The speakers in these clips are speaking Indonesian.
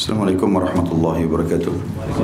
Assalamualaikum warahmatullahi wabarakatuh.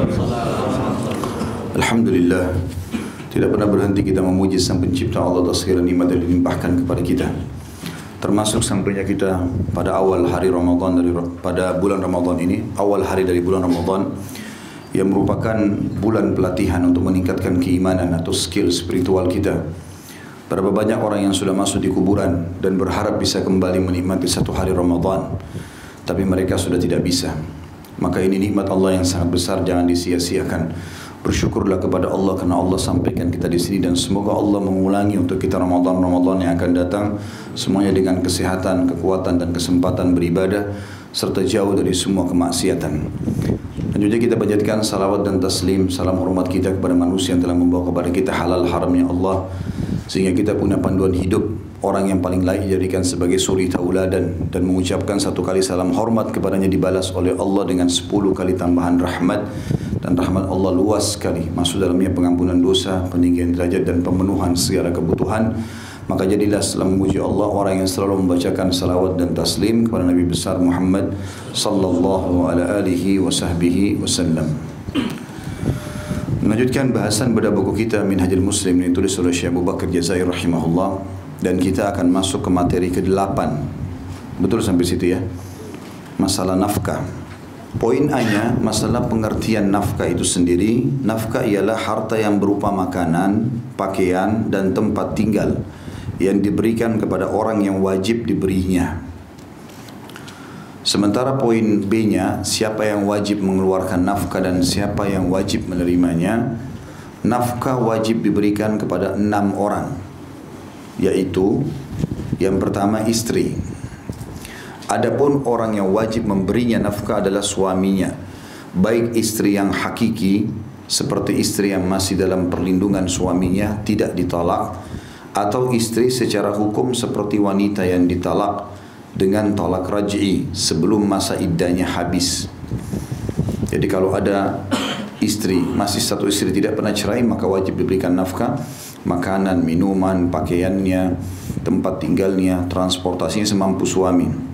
Alhamdulillah, tidak pernah berhenti kita memuji Sang Pencipta Allah atas segala nikmat yang dilimpahkan kepada kita. Termasuk sampainya kita pada awal hari Ramadan pada bulan Ramadan ini, awal hari dari bulan Ramadan yang merupakan bulan pelatihan untuk meningkatkan keimanan atau skill spiritual kita. Berapa banyak orang yang sudah masuk di kuburan dan berharap bisa kembali menikmati satu hari Ramadan, tapi mereka sudah tidak bisa. Maka ini nikmat Allah yang sangat besar, jangan disia-siakan. Bersyukurlah kepada Allah karena Allah sampaikan kita di sini, dan semoga Allah mengulangi untuk kita Ramadan yang akan datang semuanya dengan kesehatan, kekuatan dan kesempatan beribadah serta jauh dari semua kemaksiatan. Dan juga kita panjatkan salawat dan taslim, salam hormat kita kepada manusia yang telah membawa kepada kita halal haramnya Allah, sehingga kita punya panduan hidup, orang yang paling layak dijadikan sebagai suri tauladan, dan mengucapkan satu kali salam hormat kepadanya dibalas oleh Allah dengan 10 kali tambahan rahmat. Dan rahmat Allah luas sekali, masuk dalamnya pengampunan dosa, peninggian derajat dan pemenuhan segala kebutuhan. Maka jadilah setelah memuji Allah orang yang selalu membacakan salawat dan taslim kepada Nabi besar Muhammad sallallahu alaihi wasallam. Melanjutkan bahasan pada buku kita Minhajul Muslim yang ditulis oleh Syekh Abu Bakar Jazair rahimahullah, dan kita akan masuk ke materi ke-8. Betul sampai situ ya? Masalah nafkah. Poin A-nya masalah pengertian nafkah itu sendiri. Nafkah ialah harta yang berupa makanan, pakaian dan tempat tinggal yang diberikan kepada orang yang wajib diberinya. Sementara poin B-nya, siapa yang wajib mengeluarkan nafkah dan siapa yang wajib menerimanya. Nafkah wajib diberikan kepada 6 orang, yaitu yang pertama istri. Adapun orang yang wajib memberinya nafkah adalah suaminya, baik istri yang hakiki seperti istri yang masih dalam perlindungan suaminya tidak ditalak, atau istri secara hukum seperti wanita yang ditalak dengan talak raj'i sebelum masa iddahnya habis. Jadi kalau ada istri, masih satu istri tidak pernah cerai, maka wajib diberikan nafkah, makanan, minuman, pakaiannya, tempat tinggalnya, transportasinya semampu suami.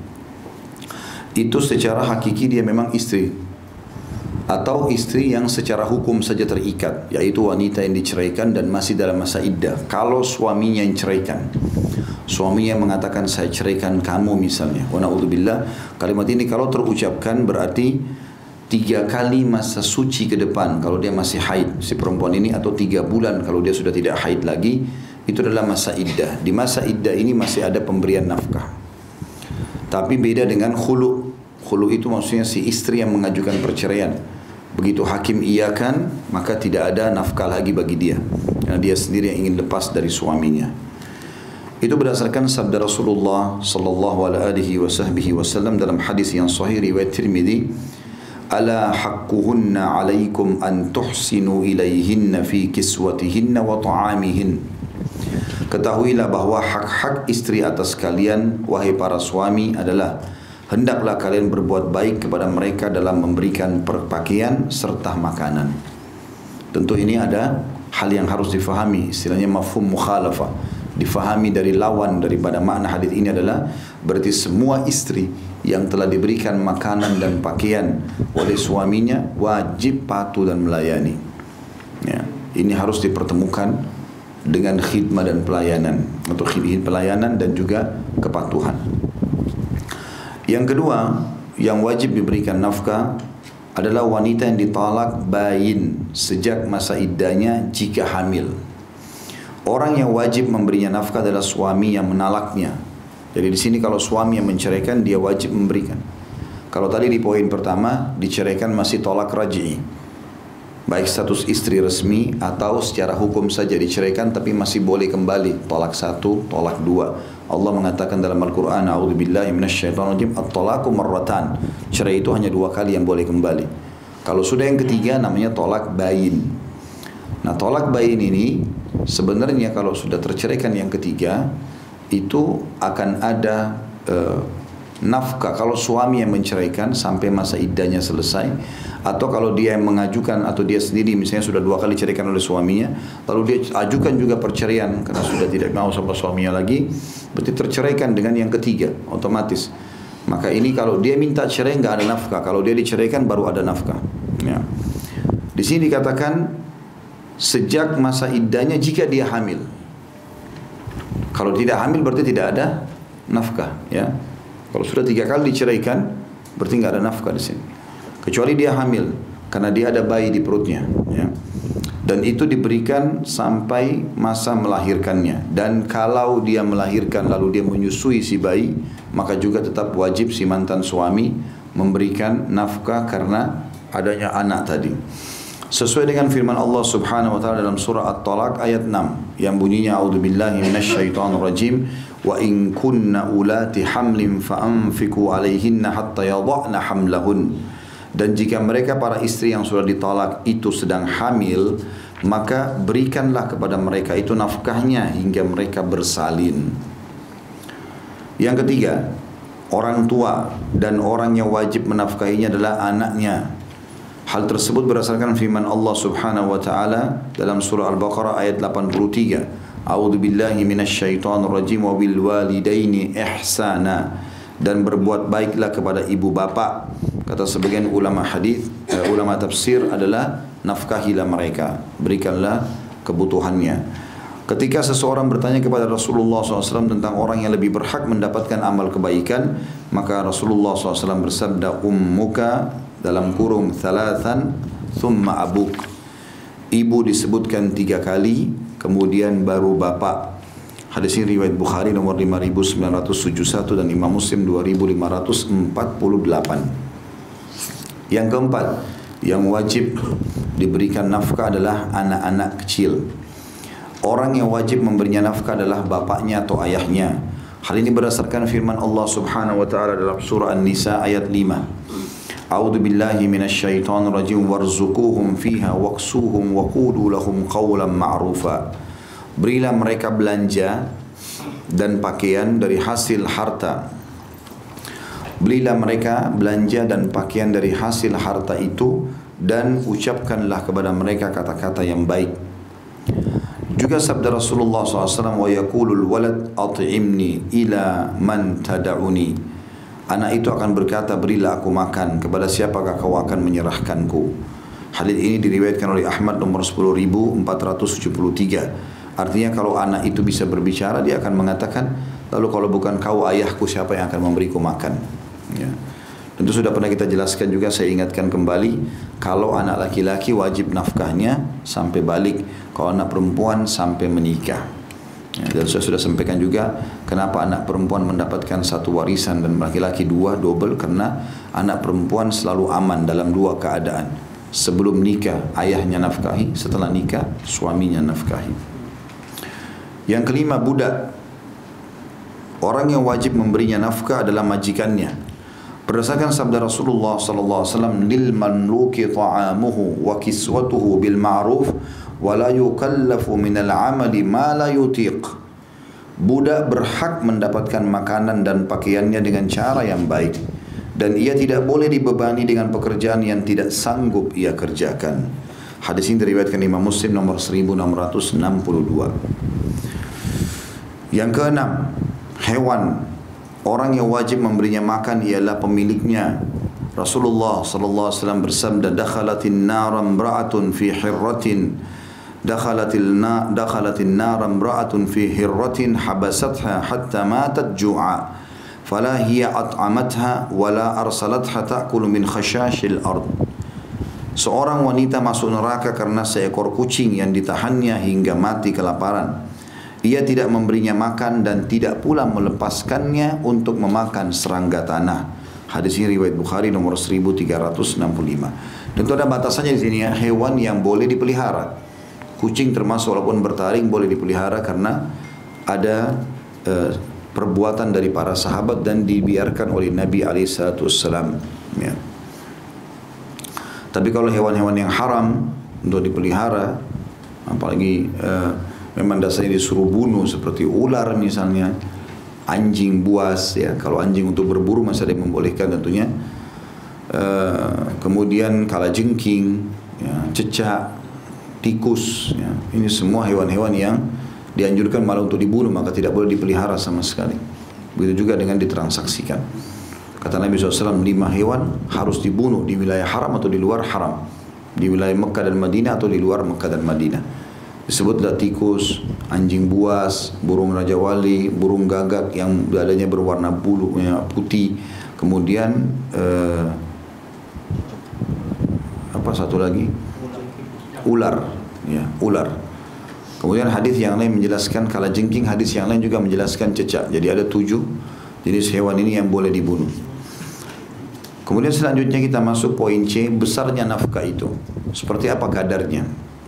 Itu secara hakiki dia memang istri. Atau istri yang secara hukum saja terikat, yaitu wanita yang diceraikan dan masih dalam masa iddah. Kalau suaminya yang ceraikan, suaminya mengatakan saya ceraikan kamu misalnya, wa na'udzubillah, kalimat ini kalau terucapkan berarti 3 kali masa suci ke depan kalau dia masih haid si perempuan ini, atau 3 bulan kalau dia sudah tidak haid lagi, itu adalah masa iddah. Di masa iddah ini masih ada pemberian nafkah. Tapi beda dengan khulu. Khulu itu maksudnya si istri yang mengajukan perceraian. Begitu hakim iyakan, maka tidak ada nafkah lagi bagi dia, karena dia sendiri yang ingin lepas dari suaminya. Itu berdasarkan sabda Rasulullah sallallahu alaihi wasallam dalam hadis yang sahih riwayat Tirmidzi, ala haqquhunna alaikum an tuhsinu ilaihinna fi kiswatihinna wa ta'amihin. Ketahuilah bahwa hak-hak istri atas kalian, wahai para suami, adalah hendaklah kalian berbuat baik kepada mereka dalam memberikan pakaian serta makanan. Tentu ini ada hal yang harus difahami, istilahnya mafhum mukhalafah. Difahami dari lawan daripada makna hadis ini adalah berarti semua istri yang telah diberikan makanan dan pakaian oleh suaminya wajib patuh dan melayani. Ya, ini harus dipertemukan dengan khidmah dan pelayanan, atau pelayanan dan juga kepatuhan. Yang kedua, yang wajib diberikan nafkah adalah wanita yang ditalak bain sejak masa iddahnya jika hamil. Orang yang wajib memberinya nafkah adalah suami yang menalaknya. Jadi di sini kalau suami yang menceraikan, dia wajib memberikan. Kalau tadi di poin pertama diceraikan masih tolak raj'i, baik status istri resmi atau secara hukum saja diceraikan tapi masih boleh kembali, tolak 1, tolak 2. Allah mengatakan dalam Al-Quran, a'udzubillahi minasyaitonirrajim, at-talaqu marratan. Cerai itu hanya 2 kali yang boleh kembali. Kalau sudah yang ketiga namanya tolak bain. Nah, tolak bain ini sebenarnya kalau sudah terceraikan yang ketiga, itu akan ada nafkah kalau suami yang menceraikan sampai masa iddahnya selesai, atau kalau dia yang mengajukan atau dia sendiri misalnya sudah 2 kali ceraikan oleh suaminya, lalu dia ajukan juga perceraian karena sudah tidak mau sama suaminya lagi, berarti terceraikan dengan yang ketiga otomatis. Maka ini kalau dia minta cerai nggak ada nafkah, kalau dia diceraikan baru ada nafkah. Ya. Di sini dikatakan sejak masa iddahnya jika dia hamil. Kalau tidak hamil berarti tidak ada nafkah. Ya. Kalau sudah 3 kali diceraikan berarti nggak ada nafkah di sini. Kecuali dia hamil karena dia ada bayi di perutnya. Ya. Dan itu diberikan sampai masa melahirkannya. Dan kalau dia melahirkan lalu dia menyusui si bayi, maka juga tetap wajib si mantan suami memberikan nafkah karena adanya anak tadi. Sesuai dengan firman Allah Subhanahu wa taala dalam surah At-Talaq ayat 6 yang bunyinya a'udzubillahi minasyaitonirrajim wa in kunna ulati hamlin fa anfiqu 'alaihinna hatta yadha'na hamlahun. Dan jika mereka para istri yang sudah ditolak itu sedang hamil, maka berikanlah kepada mereka itu nafkahnya hingga mereka bersalin. Yang ketiga, orang tua dan orang yang wajib menafkahinya adalah anaknya. Hal tersebut berdasarkan firman Allah Subhanahu wa taala dalam surah Al-Baqarah ayat 83. A'udzu billahi minasyaitonir rajim wa bil walidaini ihsana. Dan berbuat baiklah kepada ibu bapa. Kata sebagian ulama hadis, ulama tafsir adalah nafkahilah mereka, berikanlah kebutuhannya. Ketika seseorang bertanya kepada Rasulullah SAW tentang orang yang lebih berhak mendapatkan amal kebaikan, maka Rasulullah SAW bersabda, ummuka dalam kurung thalathan thumma abuk. Ibu disebutkan 3 kali, kemudian baru bapak. Hadis ini riwayat Bukhari nomor 5971 dan Imam Muslim 2548. Yang keempat, yang wajib diberikan nafkah adalah anak-anak kecil. Orang yang wajib memberinya nafkah adalah bapaknya atau ayahnya. Hal ini berdasarkan firman Allah Subhanahu wa taala dalam surah An-Nisa ayat 5. A'udzu billahi minasyaitonir rajim warzuquhum fiha waqsuhum wa qulu lahum qawlan ma'rufa. Berilah mereka belanja dan pakaian dari hasil harta. Berilah mereka belanja dan pakaian dari hasil harta itu dan ucapkanlah kepada mereka kata-kata yang baik. Juga sabda Rasulullah SAW, wa yaqulul walad at'imni ila man tada'uni. Anak itu akan berkata, berilah aku makan, kepada siapakah kau akan menyerahkanku. Hadis ini diriwayatkan oleh Ahmad nomor 10.473. Artinya kalau anak itu bisa berbicara, dia akan mengatakan, lalu kalau bukan kau ayahku, siapa yang akan memberiku makan? Ya. Tentu sudah pernah kita jelaskan juga, saya ingatkan kembali, kalau anak laki-laki wajib nafkahnya sampai balik, kalau anak perempuan sampai menikah. Ya, dan saya sudah sampaikan juga kenapa anak perempuan mendapatkan 1 warisan dan laki-laki 2 double, karena anak perempuan selalu aman dalam 2 keadaan. Sebelum nikah ayahnya nafkahi, setelah nikah suaminya nafkahi. Yang kelima, budak. Orang yang wajib memberinya nafkah adalah majikannya. Berdasarkan sabda Rasulullah sallallahu alaihi wasallam, lil mamluki ta'amuhu wa kiswatuhu bil ma'ruf wa la yukallafu min al-'amali ma la yutiq. Budak berhak mendapatkan makanan dan pakaiannya dengan cara yang baik, dan ia tidak boleh dibebani dengan pekerjaan yang tidak sanggup ia kerjakan. Hadis ini diriwayatkan Imam Muslim nomor 1662. Yang keenam, hewan. Orang yang wajib memberinya makan ialah pemiliknya. Rasulullah sallallahu alaihi wasallam bersabda, "Dakhalatin nar imra'atun fi hirratin dakhalatin nar imra'atun fi hirratin habasatha hatta matat ju'a fala hiya at'amatha wala arsalatha ta'kulu min khashashil ard." Seorang wanita masuk neraka karena seekor kucing yang ditahannya hingga mati kelaparan. Ia tidak memberinya makan dan tidak pula melepaskannya untuk memakan serangga tanah. Hadis ini riwayat Bukhari nomor 1365. Tentu ada batasannya di sini ya, hewan yang boleh dipelihara. Kucing termasuk walaupun bertaring boleh dipelihara karena ada perbuatan dari para sahabat dan dibiarkan oleh Nabi SAW. Ya. Tapi kalau hewan-hewan yang haram untuk dipelihara, apalagi memang dasarnya disuruh bunuh seperti ular misalnya, anjing buas ya. Kalau anjing untuk berburu masih ada yang membolehkan tentunya. Kemudian kalajengking, ya, cecak, tikus, ya. Ini semua hewan-hewan yang dianjurkan malah untuk dibunuh, maka tidak boleh dipelihara sama sekali. Begitu juga dengan ditransaksikan. Kata Nabi SAW, 5 hewan harus dibunuh di wilayah haram atau di luar haram, di wilayah Mekah dan Madinah atau di luar Mekah dan Madinah. Disebutlah tikus, anjing buas, burung raja wali, burung gagak yang dadanya berwarna bulunya putih, kemudian apa satu lagi? Ular, ya, ular. Kemudian hadis yang lain menjelaskan kalajengking, hadis yang lain juga menjelaskan cecak. Jadi ada 7 jenis hewan ini yang boleh dibunuh. Kemudian selanjutnya kita masuk poin C, besarnya nafkah itu. Seperti apa kadarnya?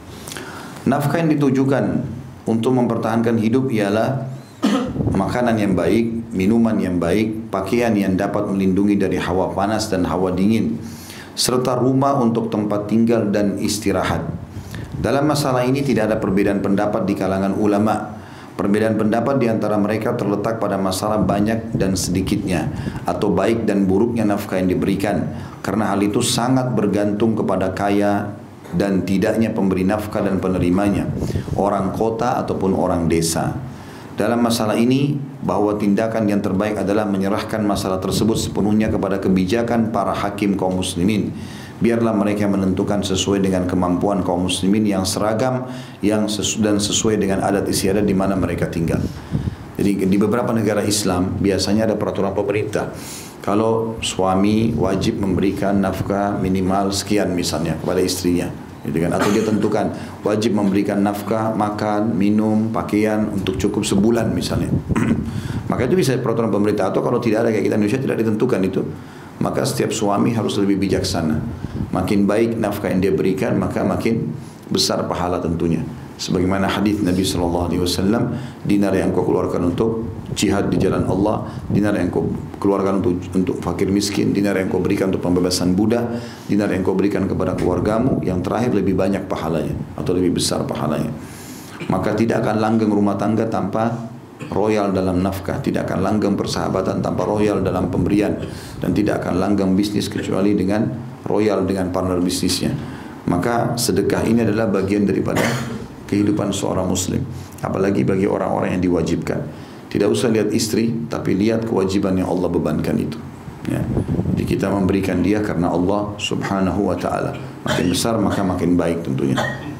Nafkah yang ditujukan untuk mempertahankan hidup ialah makanan yang baik, minuman yang baik, pakaian yang dapat melindungi dari hawa panas dan hawa dingin, serta rumah untuk tempat tinggal dan istirahat. Dalam masalah ini tidak ada perbedaan pendapat di kalangan ulama. Perbedaan pendapat di antara mereka terletak pada masalah banyak dan sedikitnya atau baik dan buruknya nafkah yang diberikan, karena hal itu sangat bergantung kepada kaya dan tidaknya pemberi nafkah dan penerimanya, orang kota ataupun orang desa. Dalam masalah ini, bahwa tindakan yang terbaik adalah menyerahkan masalah tersebut sepenuhnya kepada kebijakan para hakim kaum muslimin. Biarlah mereka menentukan sesuai dengan kemampuan kaum muslimin yang seragam dan sesuai dengan adat istiadat di mana mereka tinggal. Jadi di beberapa negara Islam biasanya ada peraturan pemerintah. Kalau suami wajib memberikan nafkah minimal sekian misalnya kepada istrinya, gitu kan? Atau dia tentukan wajib memberikan nafkah, makan, minum, pakaian untuk cukup sebulan misalnya. Maka itu bisa peraturan pemerintah, atau kalau tidak ada kayak kita Indonesia tidak ditentukan itu, maka setiap suami harus lebih bijaksana. Makin baik nafkah yang dia berikan, maka makin besar pahala tentunya. Sebagaimana hadis Nabi SAW, dinar yang kau keluarkan untuk jihad di jalan Allah, dinar yang kau keluarkan untuk fakir miskin, dinar yang kau berikan untuk pembebasan budak, dinar yang kau berikan kepada keluargamu, yang terakhir lebih banyak pahalanya atau lebih besar pahalanya. Maka tidak akan langgeng rumah tangga tanpa royal dalam nafkah, tidak akan langgeng persahabatan tanpa royal dalam pemberian, dan tidak akan langgeng bisnis kecuali dengan royal dengan partner bisnisnya. Maka sedekah ini adalah bagian daripada kehidupan seorang muslim, apalagi bagi orang-orang yang diwajibkan. Tidak usah lihat istri, tapi lihat kewajiban yang Allah bebankan itu, ya. Jadi kita memberikan dia karena Allah subhanahu wa ta'ala. Makin besar maka makin baik tentunya.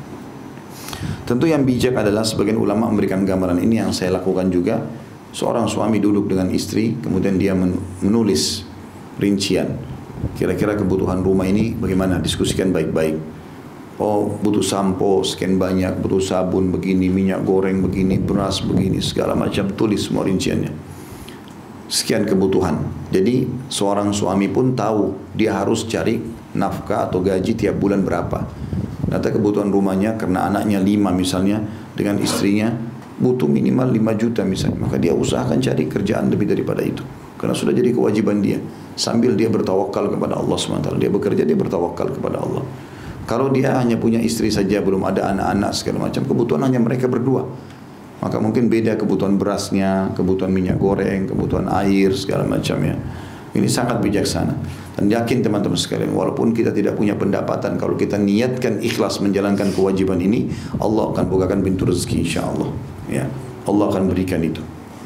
Tentu yang bijak adalah sebagian ulama memberikan gambaran ini yang saya lakukan juga. Seorang suami duduk dengan istri, kemudian dia menulis rincian. Kira-kira kebutuhan rumah ini bagaimana? Diskusikan baik-baik. Oh, butuh sampo sekian banyak, butuh sabun begini, minyak goreng begini, beras begini, segala macam, tulis semua rinciannya. Sekian kebutuhan. Jadi seorang suami pun tahu dia harus cari nafkah atau gaji tiap bulan berapa. Data kebutuhan rumahnya karena anaknya 5 misalnya, dengan istrinya butuh minimal 5 juta misalnya, maka dia usahakan cari kerjaan lebih daripada itu, karena sudah jadi kewajiban dia, sambil dia bertawakal kepada Allah SWT. Dia bekerja, dia bertawakal kepada Allah. Kalau dia hanya punya istri saja, belum ada anak-anak segala macam, kebutuhan hanya mereka berdua, maka mungkin beda kebutuhan berasnya, kebutuhan minyak goreng, kebutuhan air segala macamnya. Ini sangat bijaksana. Dan yakin teman-teman sekalian, walaupun kita tidak punya pendapatan, kalau kita niatkan ikhlas menjalankan kewajiban ini, Allah akan bukakan pintu rezeki insyaAllah, ya. Allah akan berikan itu.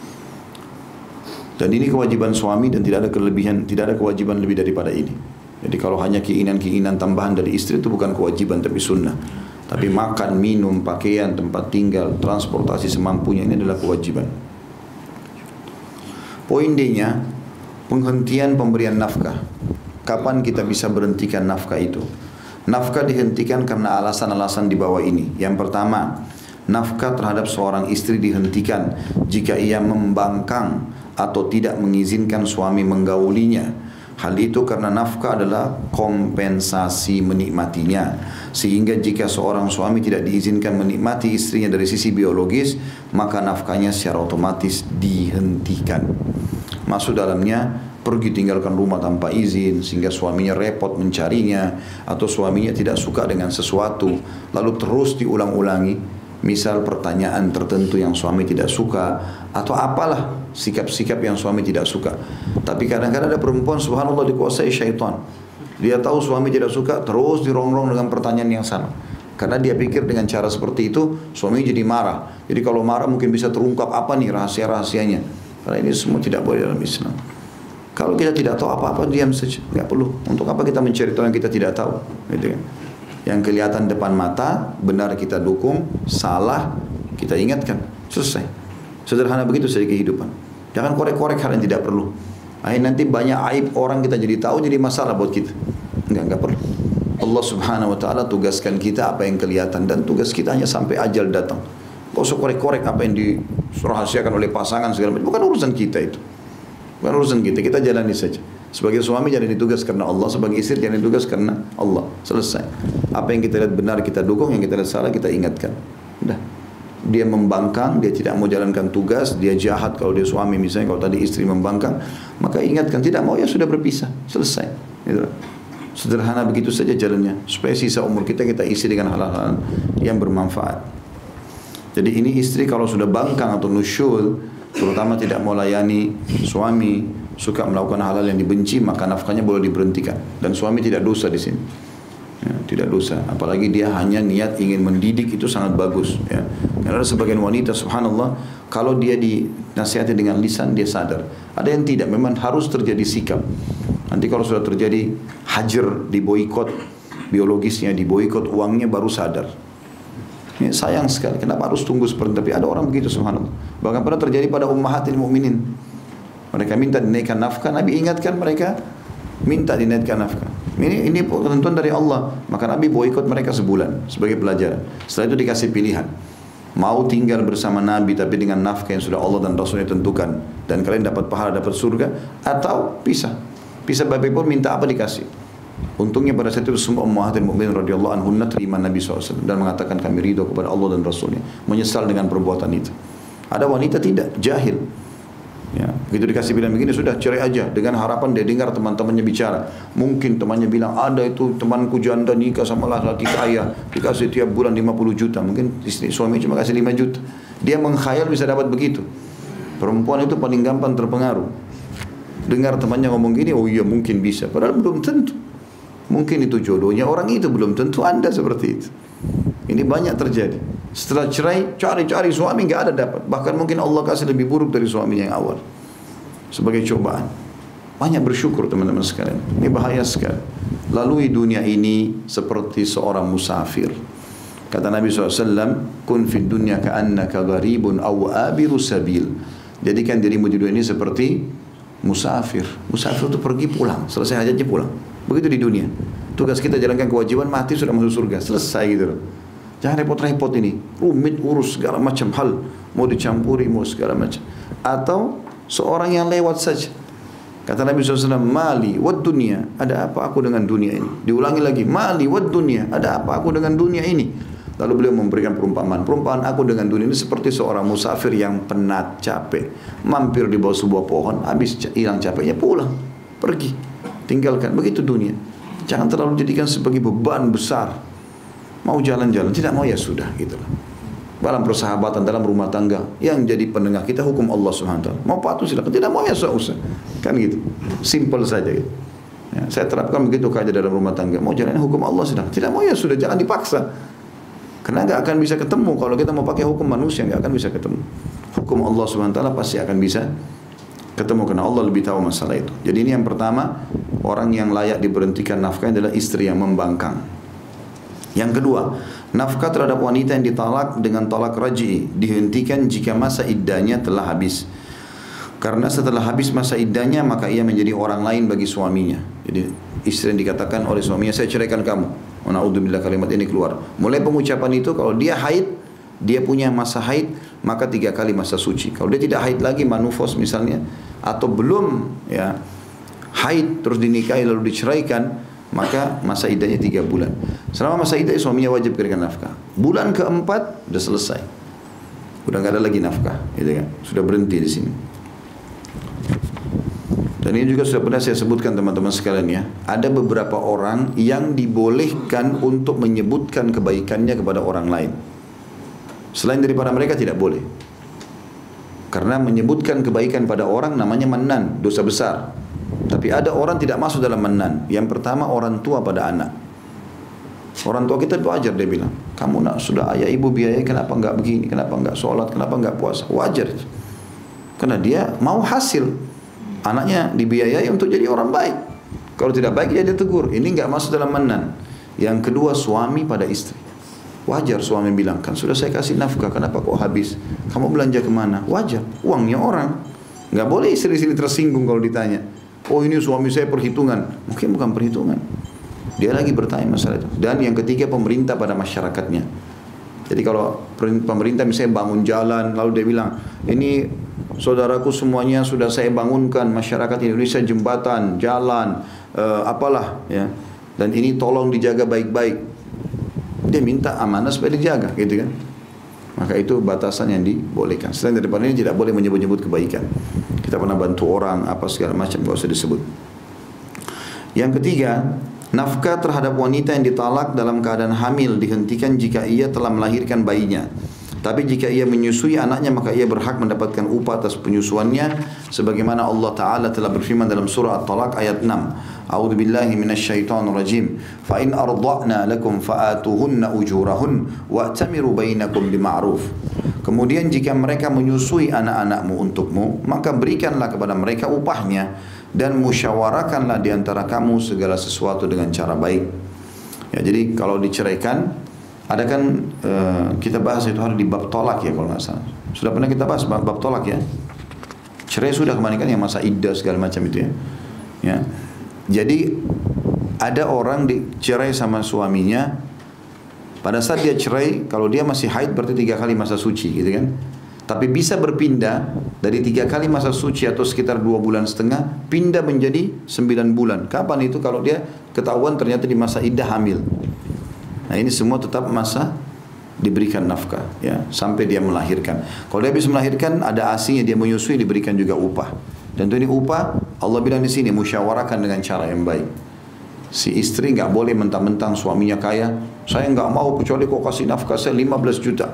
Dan ini kewajiban suami dan tidak ada kelebihan, tidak ada kewajiban lebih daripada ini. Jadi kalau hanya keinginan-keinginan tambahan dari istri itu bukan kewajiban tapi sunnah. Tapi makan, minum, pakaian, tempat tinggal, transportasi semampunya, ini adalah kewajiban. Poin D-nya, penghentian pemberian nafkah. Kapan kita bisa berhentikan nafkah itu? Nafkah dihentikan karena alasan-alasan di bawah ini. Yang pertama, nafkah terhadap seorang istri dihentikan jika ia membangkang atau tidak mengizinkan suami menggaulinya. Hal itu karena nafkah adalah kompensasi menikmatinya. Sehingga jika seorang suami tidak diizinkan menikmati istrinya dari sisi biologis, maka nafkahnya secara otomatis dihentikan. Masuk dalamnya pergi tinggalkan rumah tanpa izin sehingga suaminya repot mencarinya, atau suaminya tidak suka dengan sesuatu lalu terus diulang-ulangi, misal pertanyaan tertentu yang suami tidak suka, atau apalah sikap-sikap yang suami tidak suka. Tapi kadang-kadang ada perempuan subhanallah dikuasai syaitan, dia tahu suami tidak suka, terus dirongrong dengan pertanyaan yang sama, karena dia pikir dengan cara seperti itu suami jadi marah. Jadi kalau marah mungkin bisa terungkap apa nih rahasia-rahasianya. Karena ini semua tidak boleh dalam Islam. Kalau Kalau kita tidak tahu apa-apa, diam saja, nggak perlu. Untuk apa kita mencari tahu yang kita tidak tahu, gitu kan? Yang kelihatan depan mata, benar kita dukung, salah kita ingatkan, selesai. Sederhana begitu saja kehidupan. Jangan korek-korek hal yang tidak perlu. Akhirnya nanti banyak aib orang kita jadi tahu, jadi masalah buat kita. Enggak perlu. Allah Subhanahu wa taala tugaskan kita apa yang kelihatan, dan tugas kita hanya sampai ajal datang. Gak usah korek-korek apa yang dirahasiakan oleh pasangan segala macam. Bukan urusan kita itu. Bukan urusan kita. Kita jalani saja. Sebagai suami jalani tugas karena Allah, sebagai istri jalani tugas karena Allah. Selesai. Apa yang kita lihat benar kita dukung, yang kita lihat salah kita ingatkan. Udah. Dia membangkang, dia tidak mau jalankan tugas, dia jahat kalau dia suami misalnya, kalau tadi istri membangkang, maka ingatkan, tidak mau ya sudah berpisah. Selesai. Gitu. Sederhana begitu saja jalannya, supaya sisa umur kita isi dengan hal-hal yang bermanfaat. Jadi ini istri kalau sudah bangkang atau nusyul, terutama tidak mau layani suami, suka melakukan hal-hal yang dibenci, maka nafkahnya boleh diberhentikan. Dan suami tidak dosa di sini, ya, tidak dosa. Apalagi dia hanya niat ingin mendidik, itu sangat bagus. Ya. Karena ada sebagian wanita, subhanallah, kalau dia dinasihati dengan lisan dia sadar. Ada yang tidak, memang harus terjadi sikap. Nanti kalau sudah terjadi hajar, diboikot biologisnya, diboikot uangnya, baru sadar. Ini sayang sekali, kenapa harus tunggu seperti itu? Tapi ada orang begitu, subhanallah. Bahkan pernah terjadi pada ummahatil mu'minin. Mereka minta dinaikkan nafkah, Nabi ingatkan mereka minta dinaikkan nafkah. Ini ketentuan dari Allah. Maka Nabi boikot mereka sebulan sebagai pelajaran. Setelah itu dikasih pilihan. Mau tinggal bersama Nabi tapi dengan nafkah yang sudah Allah dan Rasulnya tentukan, dan kalian dapat pahala, dapat surga, atau pisah. Pisah baik pun minta apa dikasih. Untungnya pada saat itu semua ummahatil mukminin radhiyallahu anhunna terima Nabi SAW dan mengatakan kami ridho kepada Allah dan Rasulnya, menyesal dengan perbuatan itu. Ada wanita tidak, jahil. Ya, begitu dikasih pilihan begini, sudah cerai aja, dengan harapan dia dengar teman-temannya bicara. Mungkin temannya bilang, ada itu temanku janda nikah sama laki kaya, dikasih tiap bulan 50 juta. Mungkin istri suami cuma kasih 5 juta. Dia mengkhayal bisa dapat begitu. Perempuan itu paling gampang terpengaruh. Dengar temannya ngomong gini, oh iya mungkin bisa, padahal belum tentu. Mungkin itu jodohnya orang itu, belum tentu Anda seperti itu. Ini banyak terjadi. Setelah cerai, cari-cari suami nggak ada dapat. Bahkan mungkin Allah kasih lebih buruk dari suaminya yang awal. Sebagai cobaan. Banyak bersyukur teman-teman sekalian. Ini bahaya sekali. Lalui dunia ini seperti seorang musafir. Kata Nabi SAW, kun fid dunya ka'annaka gharibun aw abiru sabil. Jadikan dirimu di dunia ini seperti musafir. Musafir itu pergi pulang, selesai hajatnya pulang. Begitu di dunia. Tugas kita jalankan kewajiban, mati sudah masuk surga. Selesai gitu loh. Jangan repot-repot ini. Rumit, urus segala macam hal. Mau dicampuri, mau segala macam. Atau seorang yang lewat saja. Kata Nabi SAW, mali wad dunia. Ada apa aku dengan dunia ini? Diulangi lagi, mali wad dunia. Ada apa aku dengan dunia ini? Lalu beliau memberikan perumpamaan. Perumpamaan aku dengan dunia ini seperti seorang musafir yang penat, capek. Mampir di bawah sebuah pohon, habis hilang capeknya, pulang. Pergi. Tinggalkan, begitu dunia. Jangan terlalu jadikan sebagai beban besar. Mau jalan-jalan, tidak mau ya sudah, gitulah. Dalam persahabatan, dalam rumah tangga, yang jadi penengah kita hukum Allah SWT. Mau patuh silakan, tidak mau ya usah. Kan gitu. Simple saja gitu. Ya, saya terapkan begitu kaedah dalam rumah tangga. Mau jalan hukum Allah silakan. Tidak mau ya sudah, jangan dipaksa. Karena nggak akan bisa ketemu kalau kita mau pakai hukum manusia, nggak akan bisa ketemu. Hukum Allah SWT pasti akan bisa ketemu karena Allah lebih tahu masalah itu. Jadi ini yang pertama, orang yang layak diberhentikan nafkah adalah istri yang membangkang. Yang kedua, nafkah terhadap wanita yang ditalak dengan talak raj'i dihentikan jika masa iddahnya telah habis. Karena setelah habis masa iddahnya maka ia menjadi orang lain bagi suaminya. Jadi istri yang dikatakan oleh suaminya, saya ceraikan kamu. Naudzubillah, kalimat ini keluar. Mulai pengucapan itu, kalau dia haid, dia punya masa haid, maka 3 kali masa suci. Kalau dia tidak haid lagi, manufos misalnya, atau belum ya haid terus dinikahi lalu diceraikan, maka masa iddahnya 3 bulan. Selama masa iddah suaminya wajib berikan nafkah. Bulan keempat sudah selesai, udah nggak ada lagi nafkah, gitu kan? Sudah berhenti di sini. Dan ini juga sudah pernah saya sebutkan teman-teman sekalian ya. Ada beberapa orang yang dibolehkan untuk menyebutkan kebaikannya kepada orang lain. Selain daripada mereka tidak boleh. Karena menyebutkan kebaikan pada orang namanya mannan, dosa besar. Tapi ada orang tidak masuk dalam mannan. Yang pertama orang tua pada anak. Orang tua kita itu wajar, dia bilang, kamu nak sudah ayah ibu biayai, kenapa enggak begini, kenapa enggak sholat, kenapa enggak puasa. Wajar. Karena dia mau hasil. Anaknya dibiayai untuk jadi orang baik. Kalau tidak baik dia ditegur. Ini nggak masuk dalam manan. Yang kedua, suami pada istri. Wajar suami bilang, kan sudah saya kasih nafkah, kenapa kok habis? Kamu belanja kemana? Wajar, uangnya orang. Nggak boleh istri-istri tersinggung kalau ditanya. Oh ini suami saya perhitungan. Mungkin bukan perhitungan. Dia lagi bertanya masalah itu. Dan yang ketiga, pemerintah pada masyarakatnya. Jadi kalau pemerintah misalnya bangun jalan, lalu dia bilang, ini saudaraku semuanya sudah saya bangunkan, masyarakat Indonesia jembatan, jalan, apalah ya. Dan ini tolong dijaga baik-baik. Dia minta amanah supaya dijaga, gitu kan? Maka itu batasan yang dibolehkan. Selain daripada ini tidak boleh menyebut-nyebut kebaikan. Kita pernah bantu orang, apa segala macam, gak usah disebut. Yang ketiga, nafkah terhadap wanita yang ditalak dalam keadaan hamil dihentikan jika ia telah melahirkan bayinya. Tapi jika ia menyusui anaknya, maka ia berhak mendapatkan upah atas penyusuannya, sebagaimana Allah Ta'ala telah berfirman dalam surah At-Talaq ayat 6. A'udzu billahi minasyaitonir rajim. Fa in arda'na lakum fa'atuhunna ujurahun wa'tamiru bainakum bima'ruf. Kemudian jika mereka menyusui anak-anakmu untukmu, maka berikanlah kepada mereka upahnya dan musyawarahkanlah di antara kamu segala sesuatu dengan cara baik. Ya, jadi kalau diceraikan, ada kan kita bahas itu hari di bab tolak ya kalau nggak salah. Sudah pernah kita bahas bab tolak ya. Cerai sudah kemarin kan yang masa iddah segala macam itu ya. Ya. Jadi ada orang dicerai sama suaminya. Pada saat dia cerai, kalau dia masih haid berarti 3 kali masa suci gitu kan. Tapi bisa berpindah dari 3 kali masa suci atau sekitar 2,5 bulan, pindah menjadi 9 bulan. Kapan itu? Kalau dia ketahuan ternyata di masa iddah hamil. Nah ini semua tetap masa diberikan nafkah ya sampai dia melahirkan. Kalau dia habis melahirkan ada asinya, dia menyusui, diberikan juga upah. Dan ini upah Allah bilang di sini musyawarahkan dengan cara yang baik. Si istri nggak boleh mentang-mentang suaminya kaya, saya nggak mau kecuali kau kasih nafkah saya 15 juta.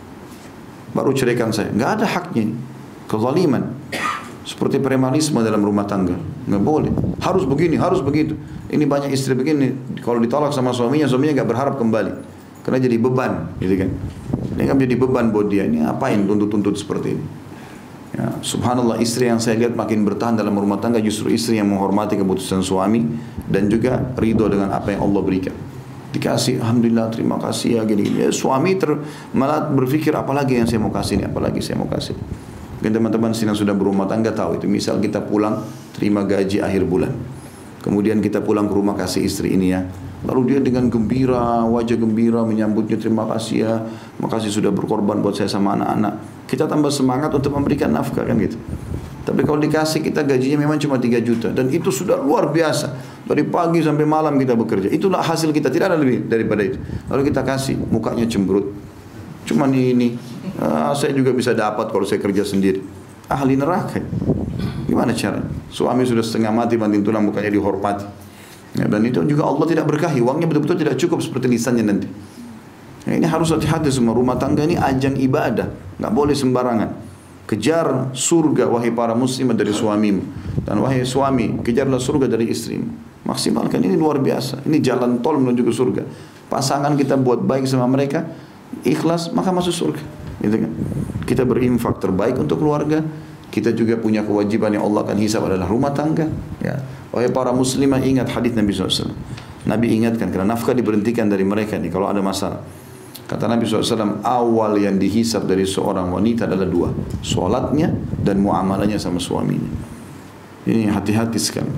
Baru ceraikan saya. Nggak ada haknya. Kezaliman. Seperti premanisme dalam rumah tangga. Nggak boleh. Harus begini, harus begitu. Ini banyak istri begini. Kalau ditolak sama suaminya nggak berharap kembali. Karena jadi beban. Gitu kan. Ini kan jadi beban buat dia. Ini apain tuntut-tuntut seperti ini. Ya, subhanallah, istri yang saya lihat makin bertahan dalam rumah tangga justru istri yang menghormati keputusan suami dan juga ridho dengan apa yang Allah berikan. Dikasih, alhamdulillah, terima kasih ya gini. Ya, suami malah berpikir apalagi yang saya mau kasih ini, apalagi saya mau kasih. Mungkin teman-teman sini yang sudah berumah tangga tahu itu. Misal kita pulang terima gaji akhir bulan, kemudian kita pulang ke rumah kasih istri ini ya. Lalu dia dengan gembira, wajah gembira menyambutnya, terima kasih ya, makasih sudah berkorban buat saya sama anak-anak. Kita tambah semangat untuk memberikan nafkah kan gitu. Tapi kalau dikasih kita gajinya memang cuma 3 juta dan itu sudah luar biasa. Dari pagi sampai malam kita bekerja. Itulah hasil kita, tidak ada lebih daripada itu. Lalu kita kasih, mukanya cemberut. Cuma ini saya juga bisa dapat kalau saya kerja sendiri. Ahli neraka. Gimana cara? Suami sudah setengah mati banting tulang, mukanya dihormati. Ya, dan itu juga Allah tidak berkahi. Uangnya betul-betul tidak cukup seperti lisannya nanti. Ya, ini harus hati-hati semua. Rumah tangga ini ajang ibadah. Nggak boleh sembarangan. Kejar surga wahai para muslimat dari suamimu. Dan wahai suami, kejarlah surga dari istrimu. Maksimalkan, ini luar biasa. Ini jalan tol menuju ke surga. Pasangan kita buat baik sama mereka, ikhlas, maka masuk surga. Gitu kan? Kita berinfak terbaik untuk keluarga. Kita juga punya kewajiban yang Allah akan hisab adalah rumah tangga. Ya. Wahai para muslimah, ingat hadis Nabi SAW. Nabi ingatkan, karena nafkah diberhentikan dari mereka nih kalau ada masalah. Kata Nabi SAW, awal yang dihisab dari seorang wanita adalah 2. Sholatnya dan muamalahnya sama suaminya. Ini hati-hati sekali.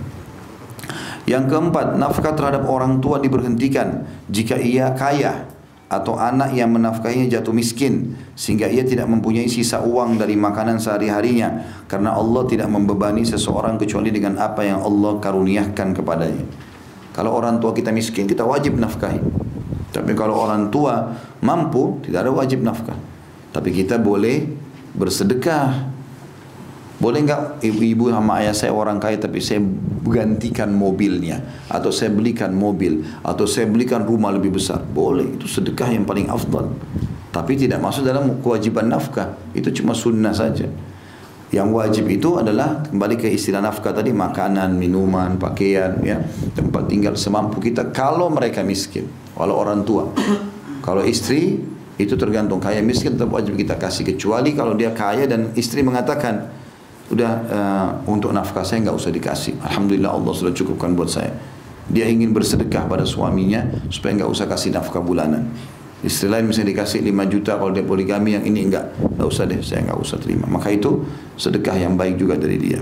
Yang keempat, nafkah terhadap orang tua diberhentikan jika ia kaya atau anak yang menafkahinya jatuh miskin sehingga ia tidak mempunyai sisa uang dari makanan sehari-harinya, karena Allah tidak membebani seseorang kecuali dengan apa yang Allah karuniakan kepadanya. Kalau orang tua kita miskin, kita wajib nafkahi. Tapi kalau orang tua mampu, tidak ada wajib nafkah. Tapi kita boleh bersedekah. Boleh enggak ibu-ibu sama ayah saya orang kaya tapi saya gantikan mobilnya, atau saya belikan mobil, atau saya belikan rumah lebih besar? Boleh, itu sedekah yang paling afdal. Tapi tidak masuk dalam kewajiban nafkah. Itu cuma sunnah saja. Yang wajib itu adalah kembali ke istilah nafkah tadi, makanan, minuman, pakaian, ya, tempat tinggal semampu kita kalau mereka miskin. Walau orang tua. Kalau istri itu tergantung, kaya miskin tetap wajib kita kasih, kecuali kalau dia kaya dan istri mengatakan, udah untuk nafkah saya nggak usah dikasih. Alhamdulillah Allah sudah cukupkan buat saya. Dia ingin bersedekah pada suaminya supaya nggak usah kasih nafkah bulanan. Istri lain misalnya dikasih 5 juta, kalau dia poligami, yang ini nggak usah deh, saya nggak usah terima. Maka itu sedekah yang baik juga dari dia.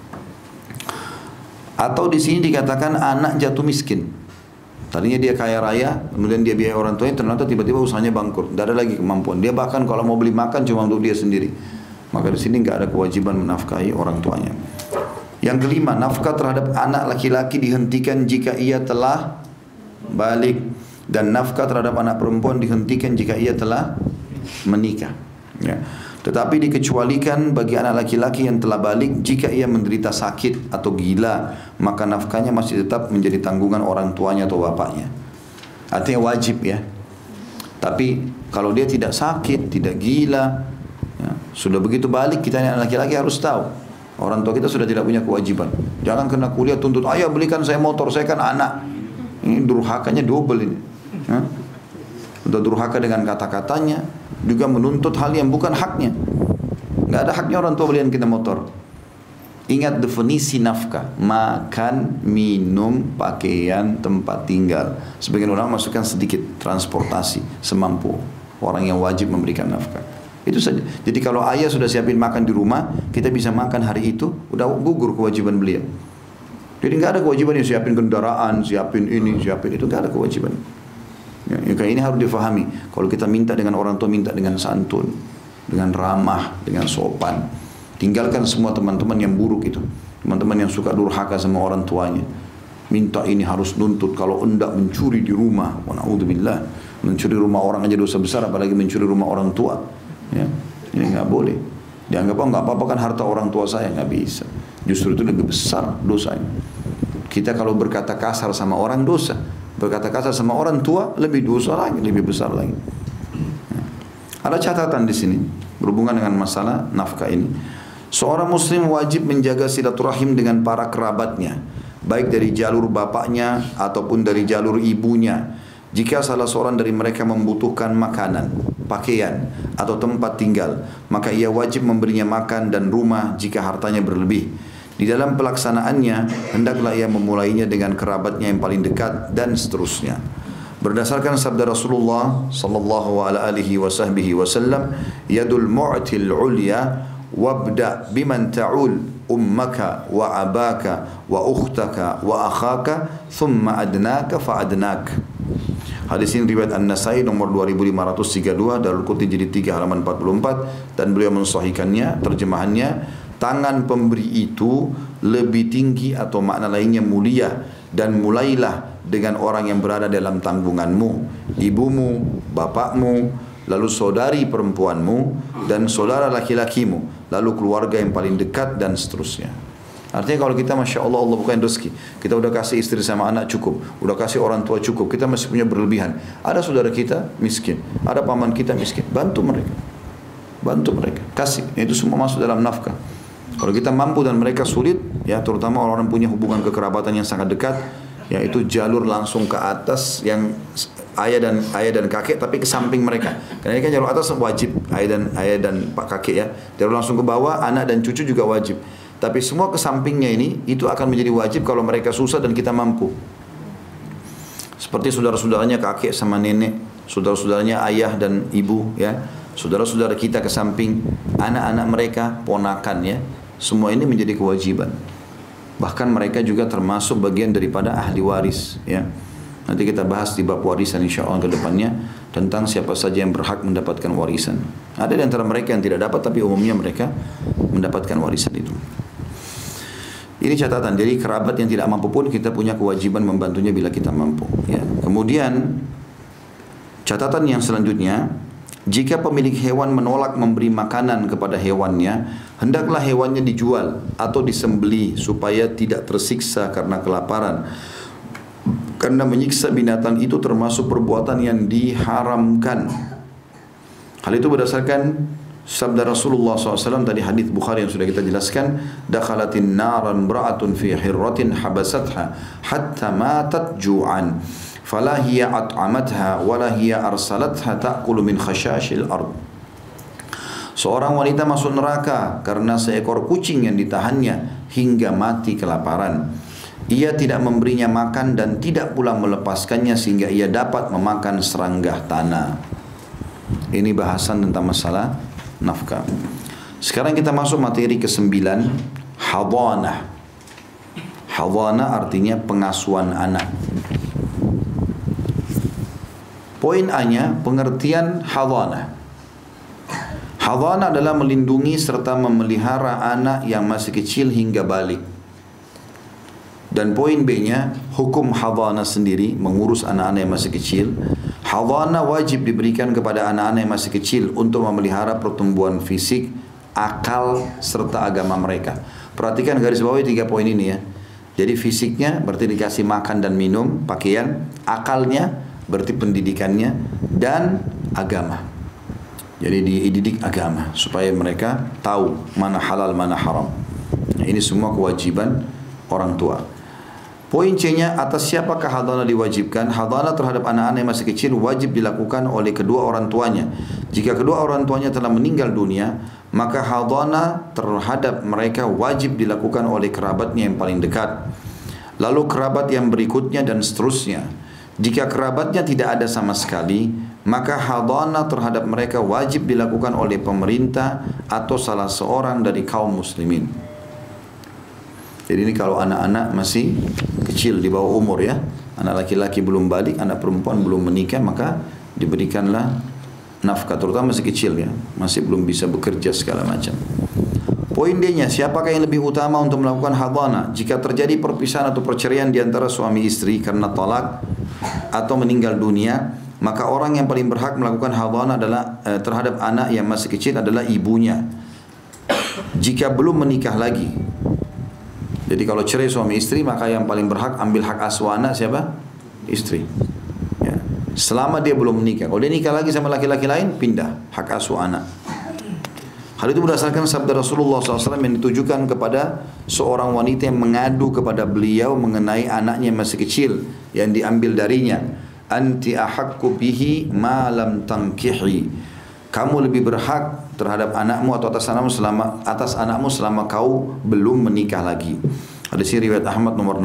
Atau di sini dikatakan anak jatuh miskin. Tadinya dia kaya raya, kemudian dia biaya orang tuanya, ternyata tiba-tiba usahanya bangkrut, tidak ada lagi kemampuan. Dia bahkan kalau mau beli makan cuma untuk dia sendiri. Maka di sini nggak ada kewajiban menafkahi orang tuanya. Yang kelima, nafkah terhadap anak laki-laki dihentikan jika ia telah balik, dan nafkah terhadap anak perempuan dihentikan jika ia telah menikah. Ya. Tetapi dikecualikan bagi anak laki-laki yang telah balik jika ia menderita sakit atau gila, maka nafkahnya masih tetap menjadi tanggungan orang tuanya atau bapaknya. Artinya wajib ya. Tapi kalau dia tidak sakit, tidak gila, ya, sudah begitu balik, kita anak laki-laki harus tahu. Orang tua kita sudah tidak punya kewajiban. Jangan kena kuliah tuntut, ayah belikan saya motor, saya kan anak. Ini durhakanya double ini. Ya. Sudah durhaka dengan kata-katanya, juga menuntut hal yang bukan haknya. Nggak ada haknya orang tua belikan kita motor. Ingat definisi nafkah: makan, minum, pakaian, tempat tinggal. Sebagian orang masukkan sedikit transportasi semampu orang yang wajib memberikan nafkah. Itu saja. Jadi kalau ayah sudah siapin makan di rumah, kita bisa makan hari itu, udah gugur kewajiban beliau. Jadi nggak ada kewajiban yang siapin kendaraan, siapin ini, siapin itu, nggak ada kewajiban. Ya, kayak ini harus difahami. Kalau kita minta dengan orang tua, minta dengan santun, dengan ramah, dengan sopan. Tinggalkan semua teman-teman yang buruk itu, teman-teman yang suka durhaka sama orang tuanya. Minta ini harus nuntut, kalau enggak mencuri di rumah. Wa na'udzubillah. Mencuri rumah orang aja dosa besar, apalagi mencuri rumah orang tua. Ya, ini nggak boleh. Dianggap nggak apa-apa kan harta orang tua saya, nggak bisa. Justru itu lebih besar dosanya. Kita kalau berkata kasar sama orang dosa, berkata kasar sama orang tua lebih dosa lagi, lebih besar lagi. Ya. Ada catatan di sini berhubungan dengan masalah nafkah ini. Seorang muslim wajib menjaga silaturahim dengan para kerabatnya, baik dari jalur bapaknya ataupun dari jalur ibunya. Jika salah seorang dari mereka membutuhkan makanan, pakaian, atau tempat tinggal, maka ia wajib memberinya makan dan rumah jika hartanya berlebih. Di dalam pelaksanaannya, hendaklah ia memulainya dengan kerabatnya yang paling dekat dan seterusnya. Berdasarkan sabda Rasulullah sallallahu alaihi wasallam, yadul mu'til ulya wabda biman ta'ul ummaka wa abaka wa ukhtaka wa akhaka thumma adnaka fa adnak. Hadis ini riwayat An-Nasai nomor 2532, Darul Qutni jilid 3 halaman 44, dan beliau mensahihkannya. Terjemahannya, tangan pemberi itu lebih tinggi atau makna lainnya mulia, dan mulailah dengan orang yang berada dalam tanggunganmu, ibumu, bapakmu, lalu saudari perempuanmu dan saudara laki-lakimu, lalu keluarga yang paling dekat dan seterusnya. Artinya kalau kita Masya Allah, Allah bukain rezeki, kita udah kasih istri sama anak cukup, udah kasih orang tua cukup, kita masih punya berlebihan. Ada saudara kita miskin, ada paman kita miskin, bantu mereka. Bantu mereka, kasih. Itu semua masuk dalam nafkah. Kalau kita mampu dan mereka sulit, ya terutama orang-orang punya hubungan kekerabatan yang sangat dekat, yaitu jalur langsung ke atas yang ayah dan kakek, tapi ke samping mereka. Karena ini kan jalur atas wajib, ayah dan pak kakek ya. Jalur langsung ke bawah, anak dan cucu juga wajib. Tapi semua ke sampingnya ini, itu akan menjadi wajib kalau mereka susah dan kita mampu. Seperti saudara-saudaranya kakek sama nenek, saudara-saudaranya ayah dan ibu ya. Saudara-saudara kita ke samping, anak-anak mereka, ponakan ya. Semua ini menjadi kewajiban. Bahkan mereka juga termasuk bagian daripada ahli waris ya. Nanti kita bahas di bab warisan insyaallah ke depannya tentang siapa saja yang berhak mendapatkan warisan. Ada di antara mereka yang tidak dapat, tapi umumnya mereka mendapatkan warisan itu. Ini catatan, jadi kerabat yang tidak mampu pun kita punya kewajiban membantunya bila kita mampu ya. Kemudian catatan yang selanjutnya, jika pemilik hewan menolak memberi makanan kepada hewannya, hendaklah hewannya dijual atau disembelih supaya tidak tersiksa karena kelaparan. Karena menyiksa binatang itu termasuk perbuatan yang diharamkan. Hal itu berdasarkan sabda Rasulullah SAW tadi, hadis Bukhari yang sudah kita jelaskan, dakhalatin naran imra'atun fi hirratin habasatha hatta matat ju'an fala hiya at'amatha wala hiya arsalatha ta'kulu min khashashil ard. Seorang wanita masuk neraka karena seekor kucing yang ditahannya hingga mati kelaparan. Ia tidak memberinya makan dan tidak pula melepaskannya sehingga ia dapat memakan serangga tanah. Ini bahasan tentang masalah nafkah. Sekarang kita masuk materi ke-9, hadhanah. Hadhanah artinya pengasuhan anak. Poin A-nya, pengertian hadhanah. Hadhanah adalah melindungi serta memelihara anak yang masih kecil hingga balik. Dan poin B-nya, hukum hadhanah sendiri, mengurus anak-anak yang masih kecil. Hadhanah wajib diberikan kepada anak-anak yang masih kecil untuk memelihara pertumbuhan fisik, akal, serta agama mereka. Perhatikan garis bawahi 3 poin ini ya. Jadi fisiknya berarti dikasih makan dan minum, pakaian. Akalnya berarti pendidikannya, dan agama. Jadi dididik agama supaya mereka tahu mana halal mana haram. Nah, ini semua kewajiban orang tua. Poin C-nya, atas siapakah hadhanah diwajibkan? Hadhanah terhadap anak-anak yang masih kecil wajib dilakukan oleh kedua orang tuanya. Jika kedua orang tuanya telah meninggal dunia, maka hadhanah terhadap mereka wajib dilakukan oleh kerabatnya yang paling dekat. Lalu kerabat yang berikutnya dan seterusnya. Jika kerabatnya tidak ada sama sekali, maka hadhanah terhadap mereka wajib dilakukan oleh pemerintah atau salah seorang dari kaum muslimin. Jadi ini kalau anak-anak masih kecil di bawah umur ya, anak laki-laki belum balik, anak perempuan belum menikah, maka diberikanlah nafkah, terutama masih kecil ya, masih belum bisa bekerja segala macam. Poin D-nya, siapakah yang lebih utama untuk melakukan hadhanah? Jika terjadi perpisahan atau perceraian di antara suami istri karena talak atau meninggal dunia, maka orang yang paling berhak melakukan hadhanah adalah terhadap anak yang masih kecil adalah ibunya. Jika belum menikah lagi. Jadi kalau cerai suami istri, maka yang paling berhak ambil hak asuh anak siapa? Istri. Ya. Selama dia belum menikah. Kalau dia nikah lagi sama laki-laki lain, pindah hak asuh anak. Hal itu berdasarkan sabda Rasulullah SAW yang ditujukan kepada seorang wanita yang mengadu kepada beliau mengenai anaknya yang masih kecil yang diambil darinya. Anti ahaqqu bihi ma lam tankihi. Kamu lebih berhak terhadap anakmu atau atas anakmu selama kau belum menikah lagi. Hadis ini riwayat Ahmad nomor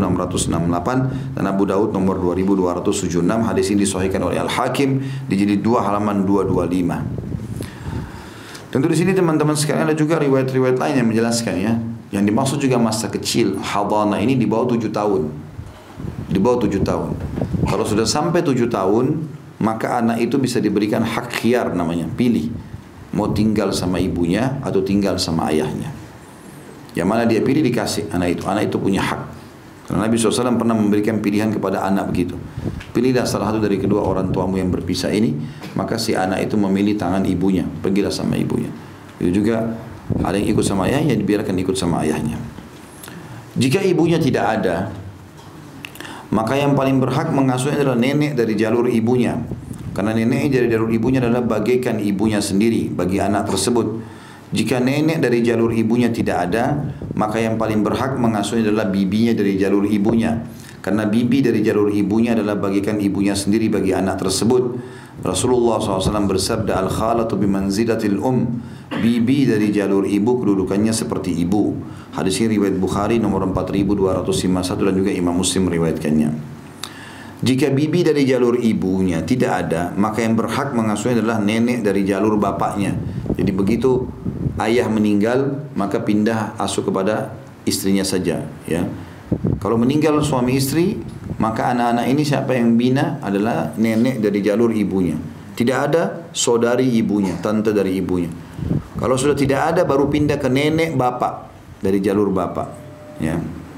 6668 dan Abu Daud nomor 2276. Hadis ini disahihkan oleh Al-Hakim di jilid 2 halaman 225. Tentu di sini teman-teman sekalian ada juga riwayat-riwayat lain yang menjelaskan ya. Yang dimaksud juga masa kecil hadhanah ini di bawah 7 tahun. Di bawah 7 tahun. Kalau sudah sampai 7 tahun, maka anak itu bisa diberikan hak khiyar namanya, pilih. Mau tinggal sama ibunya atau tinggal sama ayahnya. Yang mana dia pilih dikasih anak itu. Anak itu punya hak. Karena Nabi SAW pernah memberikan pilihan kepada anak begitu. Pilihlah salah satu dari kedua orang tuamu yang berpisah ini, maka si anak itu memilih tangan ibunya, pergilah sama ibunya. Itu juga ada yang ikut sama ayahnya, dibiarkan ikut sama ayahnya. Jika ibunya tidak ada, maka yang paling berhak mengasuhnya adalah nenek dari jalur ibunya. Karena nenek dari jalur ibunya adalah bagaikan ibunya sendiri bagi anak tersebut. Jika nenek dari jalur ibunya tidak ada, maka yang paling berhak mengasuhnya adalah bibinya dari jalur ibunya. Karena bibi dari jalur ibunya adalah bagikan ibunya sendiri bagi anak tersebut. Rasulullah SAW bersabda, al-khalatu bimanzilatil Bibi dari jalur ibu kedudukannya seperti ibu. Hadis ini riwayat Bukhari nomor 4251 dan juga Imam Muslim meriwayatkannya. Jika bibi dari jalur ibunya tidak ada, maka yang berhak mengasuhnya adalah nenek dari jalur bapaknya. Jadi begitu ayah meninggal, maka pindah asuh kepada istrinya saja ya. Kalau meninggal suami istri, maka anak-anak ini siapa yang bina adalah nenek dari jalur ibunya. Tidak ada saudari ibunya, tante dari ibunya. Kalau sudah tidak ada, baru pindah ke nenek bapak dari jalur bapak. Ya.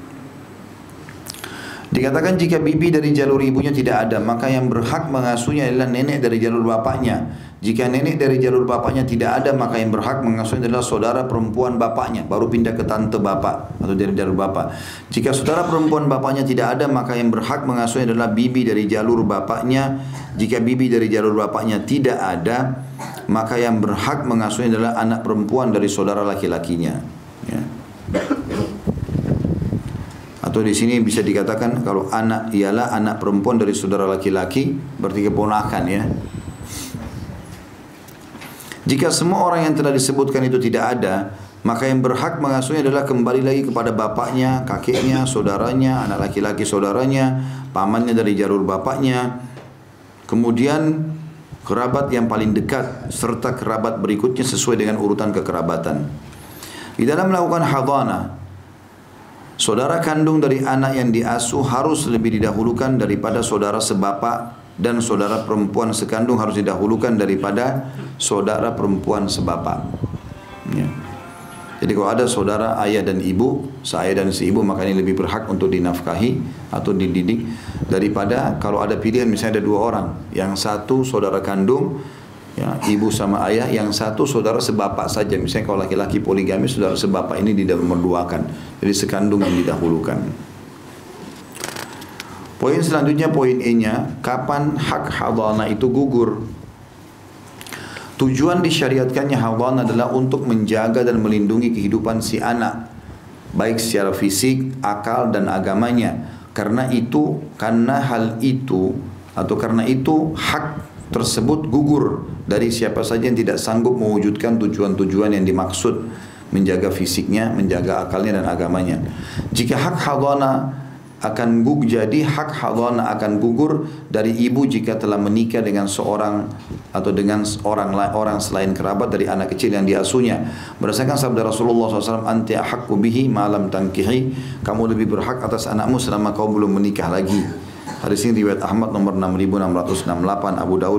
Dikatakan jika bibi dari jalur ibunya tidak ada, maka yang berhak mengasuhnya adalah nenek dari jalur bapaknya. Jika nenek dari jalur bapaknya tidak ada, maka yang berhak mengasuhnya adalah saudara perempuan bapaknya, baru pindah ke tante bapak atau dari jalur bapak. Jika saudara perempuan bapaknya tidak ada, maka yang berhak mengasuhnya adalah bibi dari jalur bapaknya. Jika bibi dari jalur bapaknya tidak ada, maka yang berhak mengasuhnya adalah anak perempuan dari saudara laki-lakinya. Ya. Atau di sini bisa dikatakan kalau anak ialah anak perempuan dari saudara laki-laki, berarti keponakan ya. Jika semua orang yang telah disebutkan itu tidak ada, maka yang berhak mengasuhnya adalah kembali lagi kepada bapaknya, kakeknya, saudaranya, anak laki-laki saudaranya, pamannya dari jalur bapaknya, kemudian kerabat yang paling dekat, serta kerabat berikutnya sesuai dengan urutan kekerabatan. Di dalam melakukan hadana, saudara kandung dari anak yang diasuh harus lebih didahulukan daripada saudara sebapak, dan saudara perempuan sekandung harus didahulukan daripada saudara perempuan sebapak. Ya. Jadi kalau ada saudara ayah dan ibu, seayah dan seibu, maka ini lebih berhak untuk dinafkahi atau dididik daripada kalau ada pilihan misalnya ada dua orang, yang satu saudara kandung, ya, ibu sama ayah, yang satu saudara sebapak saja. Misalnya kalau laki-laki poligami, saudara sebapak ini dinomorduakan, jadi sekandung yang didahulukan. Poin selanjutnya, poin E-nya, kapan hak hadana itu gugur? Tujuan disyariatkannya hadana adalah untuk menjaga dan melindungi kehidupan si anak, baik secara fisik, akal, dan agamanya. Karena hal itu atau karena itu hak tersebut gugur dari siapa saja yang tidak sanggup mewujudkan tujuan-tujuan yang dimaksud, menjaga fisiknya, menjaga akalnya dan agamanya. Jika hak hadana akan gugur, jadi hak hadana akan gugur dari ibu jika telah menikah dengan seorang atau dengan orang selain kerabat dari anak kecil yang diasuhnya. Berdasarkan sabda Rasulullah SAW, anti ahaqqu bihi ma lam tankihi, kamu lebih berhak atas anakmu selama kau belum menikah lagi. Hadis ini riwayat Ahmad nomor 6668, Abu Daud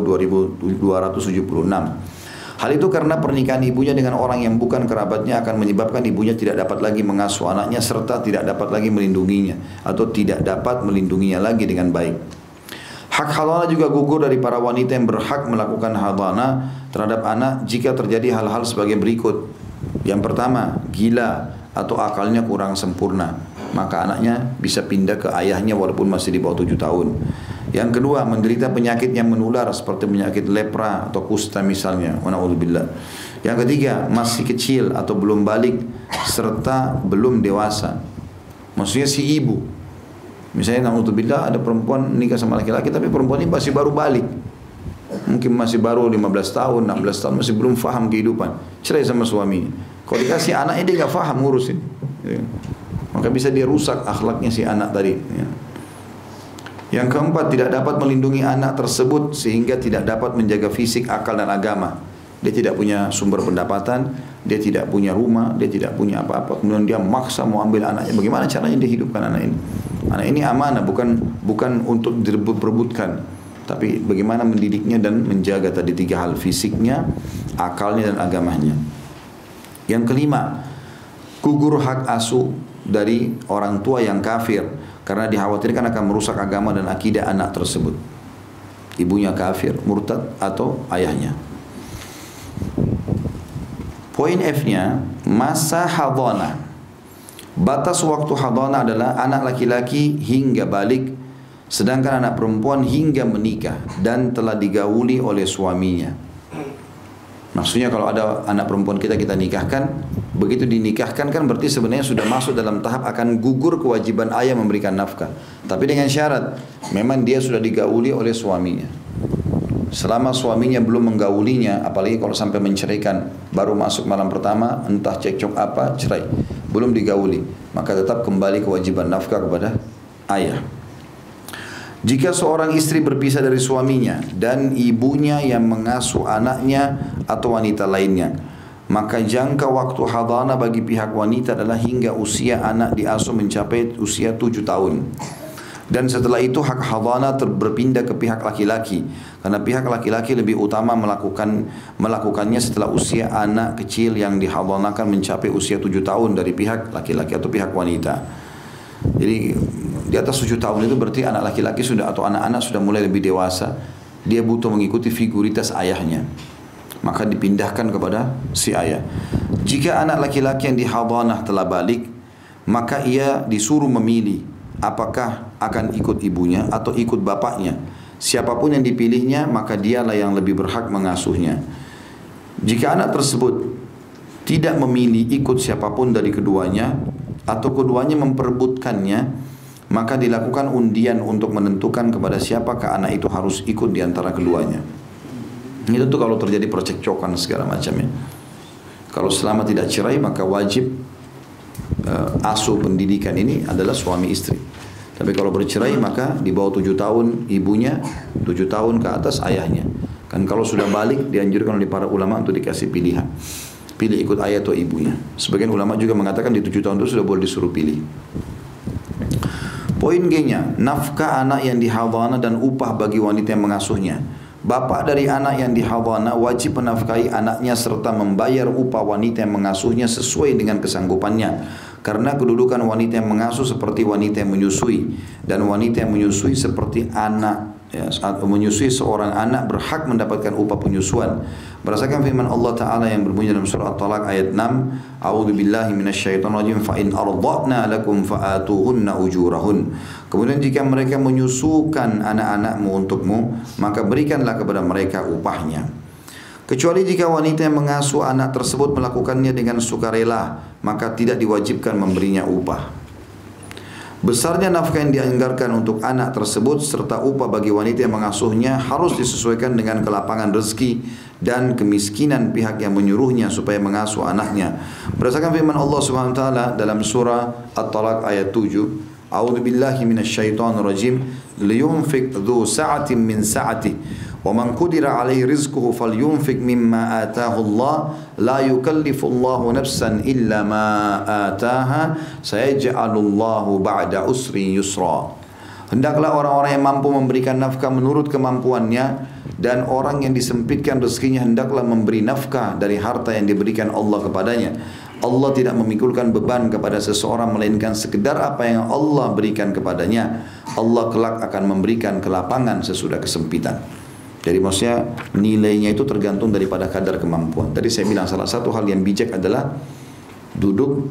2276. Hal itu karena pernikahan ibunya dengan orang yang bukan kerabatnya akan menyebabkan ibunya tidak dapat lagi mengasuh anaknya serta tidak dapat lagi melindunginya atau tidak dapat melindunginya lagi dengan baik. Hak hadana juga gugur dari para wanita yang berhak melakukan hadana terhadap anak jika terjadi hal-hal sebagai berikut. Yang pertama, gila atau akalnya kurang sempurna, maka anaknya bisa pindah ke ayahnya walaupun masih di bawah 7 tahun. Yang kedua, menderita penyakit yang menular seperti penyakit lepra atau kusta misalnya, wa na'udzubillah. Yang ketiga, masih kecil atau belum balik serta belum dewasa. Maksudnya si ibu. Misalnya na'udzubillah ada perempuan nikah sama laki-laki tapi perempuan ini masih baru balik. Mungkin masih baru 15 tahun, 16 tahun, masih belum faham kehidupan. Cerai sama suaminya. Kalau dikasih anaknya dia nggak faham ngurusin. Maka bisa dia rusak akhlaknya si anak tadi. Yang keempat, tidak dapat melindungi anak tersebut sehingga tidak dapat menjaga fisik, akal dan agama. Dia tidak punya sumber pendapatan, dia tidak punya rumah, dia tidak punya apa-apa. Kemudian dia maksa mau ambil anaknya. Bagaimana caranya dia hidupkan anak ini? Anak ini amanah, bukan untuk direbut-rebutkan, tapi bagaimana mendidiknya dan menjaga tadi 3 hal, fisiknya, akalnya dan agamanya. Yang kelima, gugur hak asuh dari orang tua yang kafir karena dikhawatirkan akan merusak agama dan akidah anak tersebut. Ibunya kafir, murtad atau ayahnya. Poin F-nya, masa hadana. Batas waktu hadana adalah anak laki-laki hingga balik, sedangkan anak perempuan hingga menikah dan telah digauli oleh suaminya. Maksudnya kalau ada anak perempuan kita nikahkan, begitu dinikahkan kan berarti sebenarnya sudah masuk dalam tahap akan gugur kewajiban ayah memberikan nafkah. Tapi dengan syarat, memang dia sudah digauli oleh suaminya. Selama suaminya belum menggaulinya, apalagi kalau sampai menceraikan, baru masuk malam pertama, entah cekcok apa, cerai, belum digauli, maka tetap kembali kewajiban nafkah kepada ayah. Jika seorang istri berpisah dari suaminya dan ibunya yang mengasuh anaknya atau wanita lainnya, maka jangka waktu hadana bagi pihak wanita adalah hingga usia anak diasuh mencapai usia 7 tahun. Dan setelah itu hak hadana berpindah ke pihak laki-laki, karena pihak laki-laki lebih utama melakukannya setelah usia anak kecil yang dihadanakan mencapai usia 7 tahun dari pihak laki-laki atau pihak wanita. Jadi di atas 7 tahun itu berarti anak laki-laki sudah atau anak-anak sudah mulai lebih dewasa. Dia butuh mengikuti figuritas ayahnya, maka dipindahkan kepada si ayah. Jika anak laki-laki yang dihadhanah telah balik, maka ia disuruh memilih apakah akan ikut ibunya atau ikut bapaknya. Siapapun yang dipilihnya, maka dialah yang lebih berhak mengasuhnya. Jika anak tersebut tidak memilih ikut siapapun dari keduanya atau keduanya memperebutkannya, maka dilakukan undian untuk menentukan kepada siapakah anak itu harus ikut di antara keduanya. Itu tuh kalau terjadi percekcokan segala macamnya. Kalau selama tidak cerai maka wajib asuh pendidikan ini adalah suami istri. Tapi kalau bercerai maka di bawah 7 tahun ibunya, 7 tahun ke atas ayahnya. Kan kalau sudah balik dianjurkan oleh para ulama untuk dikasih pilihan. Pilih ikut ayah atau ibunya. Sebagian ulama juga mengatakan di 7 tahun itu sudah boleh disuruh pilih. Poin G-nya, nafkah anak yang dihadhanah dan upah bagi wanita yang mengasuhnya. Bapak dari anak yang dihadhanah wajib menafkahi anaknya serta membayar upah wanita yang mengasuhnya sesuai dengan kesanggupannya. Karena kedudukan wanita yang mengasuh seperti wanita yang menyusui, dan wanita yang menyusui seperti anak. Ya, saat menyusui seorang anak berhak mendapatkan upah penyusuan. Berdasarkan firman Allah Ta'ala yang berbunyi dalam surah At-Talaq ayat 6, A'udzu billahi minasyaitonir rajim, fa in arda'na lakum fa'atuhunna ujurahun. Kemudian jika mereka menyusukan anak-anakmu untukmu, maka berikanlah kepada mereka upahnya. Kecuali jika wanita yang mengasuh anak tersebut melakukannya dengan sukarela, maka tidak diwajibkan memberinya upah. Besarnya nafkah yang dianggarkan untuk anak tersebut serta upah bagi wanita yang mengasuhnya harus disesuaikan dengan kelapangan rezeki dan kemiskinan pihak yang menyuruhnya supaya mengasuh anaknya. Berdasarkan firman Allah Subhanahu wa taala dalam surah At-Talaq ayat 7, A'udzu billahi minasyaitonir rajim, liyunfiq dzu sa'atin min sa'atihi وَمَنْ قُدِرَ عَلَيْهِ رِزْقُهُ فَلْيُنْفِقْ مِمَّا آتَاهُ اللَّهُ لَا يُكَلِّفُ اللَّهُ نَفْسًا إِلَّا مَا آتَاهَا سَيَجْعَلُ اللَّهُ بَعْدَ عُسْرٍ يُسْرًا. Hendaklah orang-orang yang mampu memberikan nafkah menurut kemampuannya, dan orang yang disempitkan rezekinya hendaklah memberi nafkah dari harta yang diberikan Allah kepadanya. Allah tidak memikulkan beban kepada seseorang melainkan sekedar apa yang Allah berikan kepadanya. Allah kelak akan memberikan kelapangan sesudah kesempitan. Jadi maksudnya nilainya itu tergantung daripada kadar kemampuan. Tadi saya bilang salah satu hal yang bijak adalah duduk,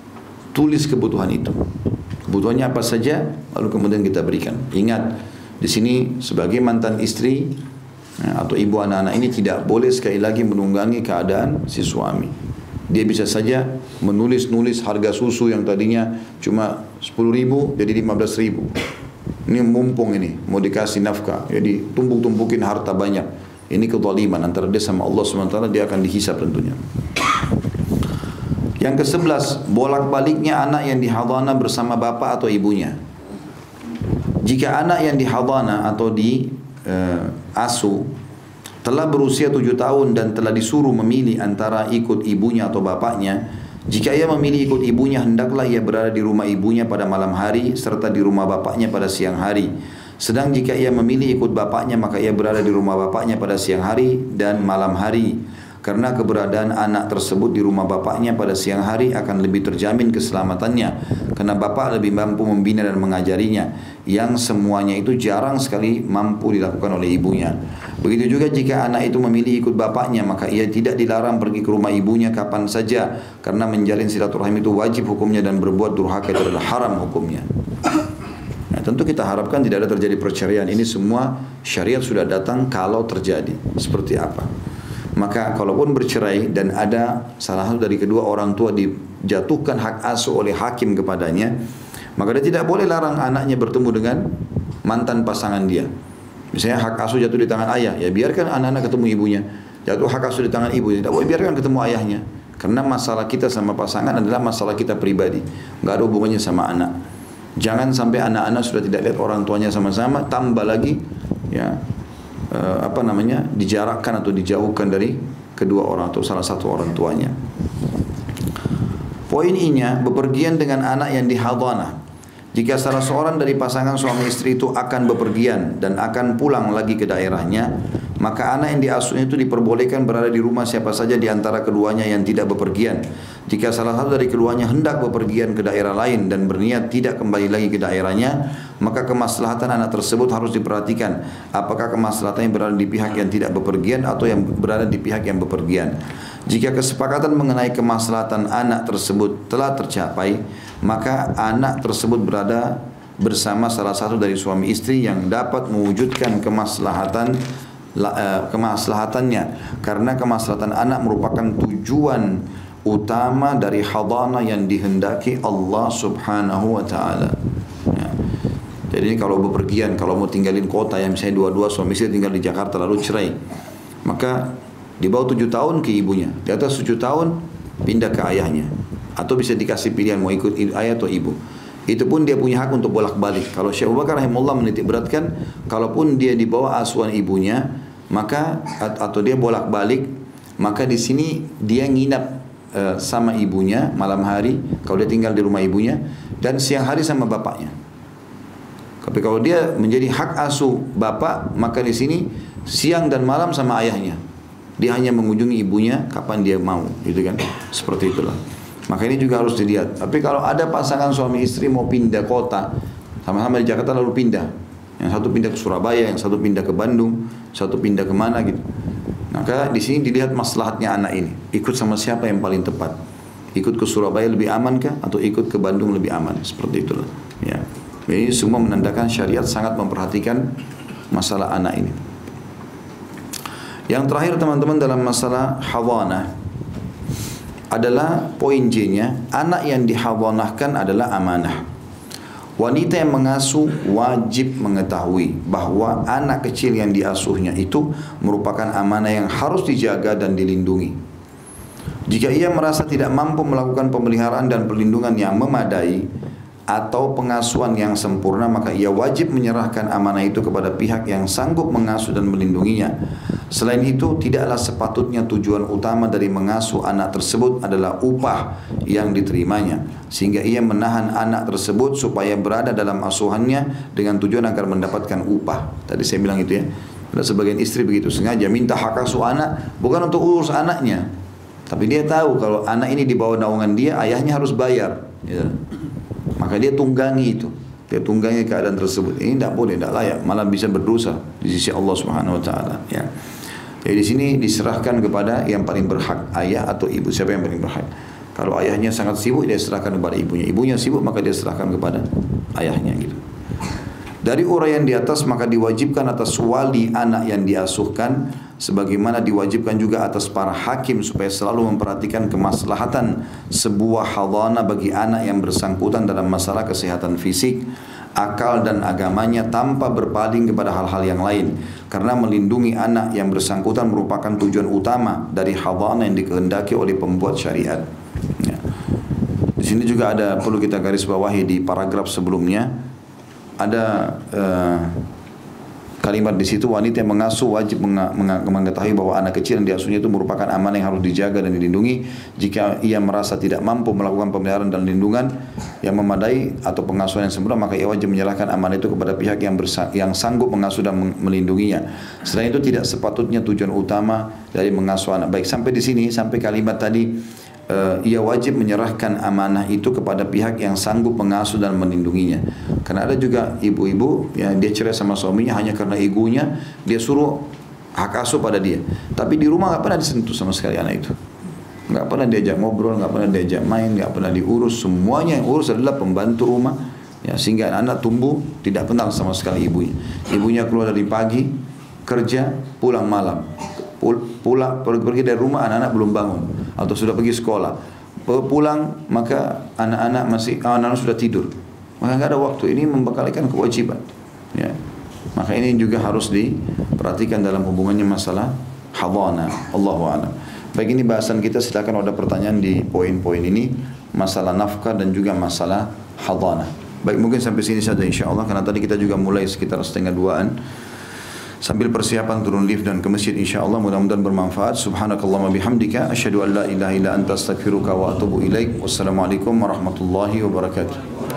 tulis kebutuhan itu. Kebutuhannya apa saja, lalu kemudian kita berikan. Ingat, di sini sebagai mantan istri atau ibu anak-anak ini tidak boleh sekali lagi menunggangi keadaan si suami. Dia bisa saja menulis harga susu yang tadinya cuma 10.000 jadi 15.000. Ini mumpung ini mau dikasih nafkah, jadi tumpuk-tumpukin harta banyak. Ini kezaliman antara dia sama Allah SWT, dia akan dihisab tentunya. Yang ke-11, bolak-baliknya anak yang dihadhanah bersama bapak atau ibunya. Jika anak yang dihadhanah atau asuh telah berusia 7 tahun dan telah disuruh memilih antara ikut ibunya atau bapaknya, jika ia memilih ikut ibunya, hendaklah ia berada di rumah ibunya pada malam hari serta di rumah bapaknya pada siang hari. Sedang jika ia memilih ikut bapaknya, maka ia berada di rumah bapaknya pada siang hari dan malam hari. Karena keberadaan anak tersebut di rumah bapaknya pada siang hari akan lebih terjamin keselamatannya. Karena bapak lebih mampu membina dan mengajarinya, yang semuanya itu jarang sekali mampu dilakukan oleh ibunya. Begitu juga jika anak itu memilih ikut bapaknya, maka ia tidak dilarang pergi ke rumah ibunya kapan saja. Karena menjalin silaturahim itu wajib hukumnya dan berbuat durhaka itu adalah haram hukumnya. Nah, tentu kita harapkan tidak ada terjadi perceraian. Ini semua syariat sudah datang kalau terjadi. Seperti apa? Maka kalaupun bercerai dan ada salah satu dari kedua orang tua dijatuhkan hak asuh oleh hakim kepadanya, maka dia tidak boleh larang anaknya bertemu dengan mantan pasangan dia. Misalnya hak asuh jatuh di tangan ayah, ya biarkan anak-anak ketemu ibunya. Jatuh hak asuh di tangan ibu, tidak boleh biarkan ketemu ayahnya. Karena masalah kita sama pasangan adalah masalah kita pribadi, nggak ada hubungannya sama anak. Jangan sampai anak-anak sudah tidak lihat orang tuanya sama-sama, tambah lagi ya dijarakkan atau dijauhkan dari kedua orang atau salah satu orang tuanya. Poin I-nya, bepergian dengan anak yang dihadhanah. Jika salah seorang dari pasangan suami istri itu akan bepergian dan akan pulang lagi ke daerahnya, maka anak yang diasuhnya itu diperbolehkan berada di rumah siapa saja di antara keduanya yang tidak bepergian. Jika salah satu dari keduanya hendak bepergian ke daerah lain dan berniat tidak kembali lagi ke daerahnya, maka kemaslahatan anak tersebut harus diperhatikan. Apakah kemaslahatannya berada di pihak yang tidak bepergian atau yang berada di pihak yang bepergian. Jika kesepakatan mengenai kemaslahatan anak tersebut telah tercapai, maka anak tersebut berada bersama salah satu dari suami istri yang dapat mewujudkan kemaslahatannya, karena kemaslahatan anak merupakan tujuan utama dari hadhanah yang dihendaki Allah Subhanahu wa taala. Ya. Jadi kalau bepergian, kalau mau tinggalin kota yang misalnya dua-dua suami istri tinggal di Jakarta lalu cerai, maka di bawah 7 tahun ke ibunya, di atas 7 tahun pindah ke ayahnya, atau bisa dikasih pilihan mau ikut ayah atau ibu. Itu pun dia punya hak untuk bolak-balik. Kalau Syekh Abu Bakar rahimahullah menitik beratkan, kalaupun dia di bawah asuhan ibunya, maka atau dia bolak-balik, maka di sini dia nginap sama ibunya malam hari kalau dia tinggal di rumah ibunya, dan siang hari sama bapaknya. Tapi kalau dia menjadi hak asuh bapak, maka di sini siang dan malam sama ayahnya. Dia hanya mengunjungi ibunya kapan dia mau, gitu kan? Seperti itulah. Maka ini juga harus dilihat. Tapi kalau ada pasangan suami istri mau pindah kota, sama-sama di Jakarta lalu pindah, yang satu pindah ke Surabaya, yang satu pindah ke Bandung, satu pindah kemana gitu. Maka di sini dilihat maslahatnya anak ini. Ikut sama siapa yang paling tepat? Ikut ke Surabaya lebih aman kah? Atau ikut ke Bandung lebih aman? Seperti itulah. Ya. Ini semua menandakan syariat sangat memperhatikan masalah anak ini. Yang terakhir teman-teman dalam masalah hawanah adalah poin J-nya, anak yang dihawanahkan adalah amanah. Wanita yang mengasuh wajib mengetahui bahwa anak kecil yang diasuhnya itu merupakan amanah yang harus dijaga dan dilindungi. Jika ia merasa tidak mampu melakukan pemeliharaan dan perlindungan yang memadai atau pengasuhan yang sempurna, maka ia wajib menyerahkan amanah itu kepada pihak yang sanggup mengasuh dan melindunginya. Selain itu, tidaklah sepatutnya tujuan utama dari mengasuh anak tersebut adalah upah yang diterimanya, sehingga ia menahan anak tersebut supaya berada dalam asuhannya dengan tujuan agar mendapatkan upah. Tadi saya bilang itu ya, ada sebagian istri begitu, sengaja minta hak asuh anak bukan untuk urus anaknya, tapi dia tahu kalau anak ini di bawah naungan dia, ayahnya harus bayar, ya. Maka dia tunggangi itu, dia tunggangi keadaan tersebut. Ini tidak boleh, tidak layak, malah bisa berdosa di sisi Allah Subhanahu Wa Taala. Ya. Jadi di sini diserahkan kepada yang paling berhak, ayah atau ibu. Siapa yang paling berhak? Kalau ayahnya sangat sibuk, dia serahkan kepada ibunya. Ibunya sibuk, maka dia serahkan kepada ayahnya. Gitu. Dari uraian di atas, maka diwajibkan atas wali anak yang diasuhkan, sebagaimana diwajibkan juga atas para hakim supaya selalu memperhatikan kemaslahatan sebuah hadana bagi anak yang bersangkutan dalam masalah kesehatan fisik, akal dan agamanya tanpa berpaling kepada hal-hal yang lain. Karena melindungi anak yang bersangkutan merupakan tujuan utama dari hadana yang dikehendaki oleh pembuat syariat. Ya. Di sini juga ada perlu kita garis bawahi di paragraf sebelumnya. Ada kalimat di situ, wanita yang mengasuh wajib mengetahui bahwa anak kecil yang diasuhnya itu merupakan amanah yang harus dijaga dan dilindungi. Jika ia merasa tidak mampu melakukan pemeliharaan dan lindungan yang memadai atau pengasuhan yang sempurna, maka ia wajib menyerahkan amanah itu kepada pihak yang sanggup mengasuh dan melindunginya. Selain itu tidak sepatutnya tujuan utama dari mengasuh anak. Baik, sampai di sini, sampai kalimat tadi, ia wajib menyerahkan amanah itu kepada pihak yang sanggup mengasuh dan melindunginya. Karena ada juga ibu-ibu yang dia cerai sama suaminya hanya karena egonya, dia suruh hak asuh pada dia. Tapi di rumah nggak pernah disentuh sama sekali anak itu. Nggak pernah diajak ngobrol, nggak pernah diajak main, nggak pernah diurus. Semuanya yang urus adalah pembantu rumah. Ya, sehingga anak tumbuh tidak kenal sama sekali ibunya. Ibunya keluar dari pagi kerja, pulang malam. Pulang pergi dari rumah, anak-anak belum bangun atau sudah pergi sekolah. Pulang maka anak-anak sudah tidur. Maka nggak ada waktu. Ini membekalikan kewajiban. Ya. Maka ini juga harus diperhatikan dalam hubungannya masalah hadana. Allahu a'lam. Baik, ini bahasan kita. Silakan ada pertanyaan di poin-poin ini, masalah nafkah dan juga masalah hadana. Baik, mungkin sampai sini saja insya-Allah, karena tadi kita juga mulai sekitar 1:30 sambil persiapan turun lift dan ke masjid insya-Allah. Mudah-mudahan bermanfaat. Subhanakallahumma bihamdika asyhadu an la ilaha illa anta astaghfiruka wa atubu ilaik. Wassalamualaikum warahmatullahi wabarakatuh.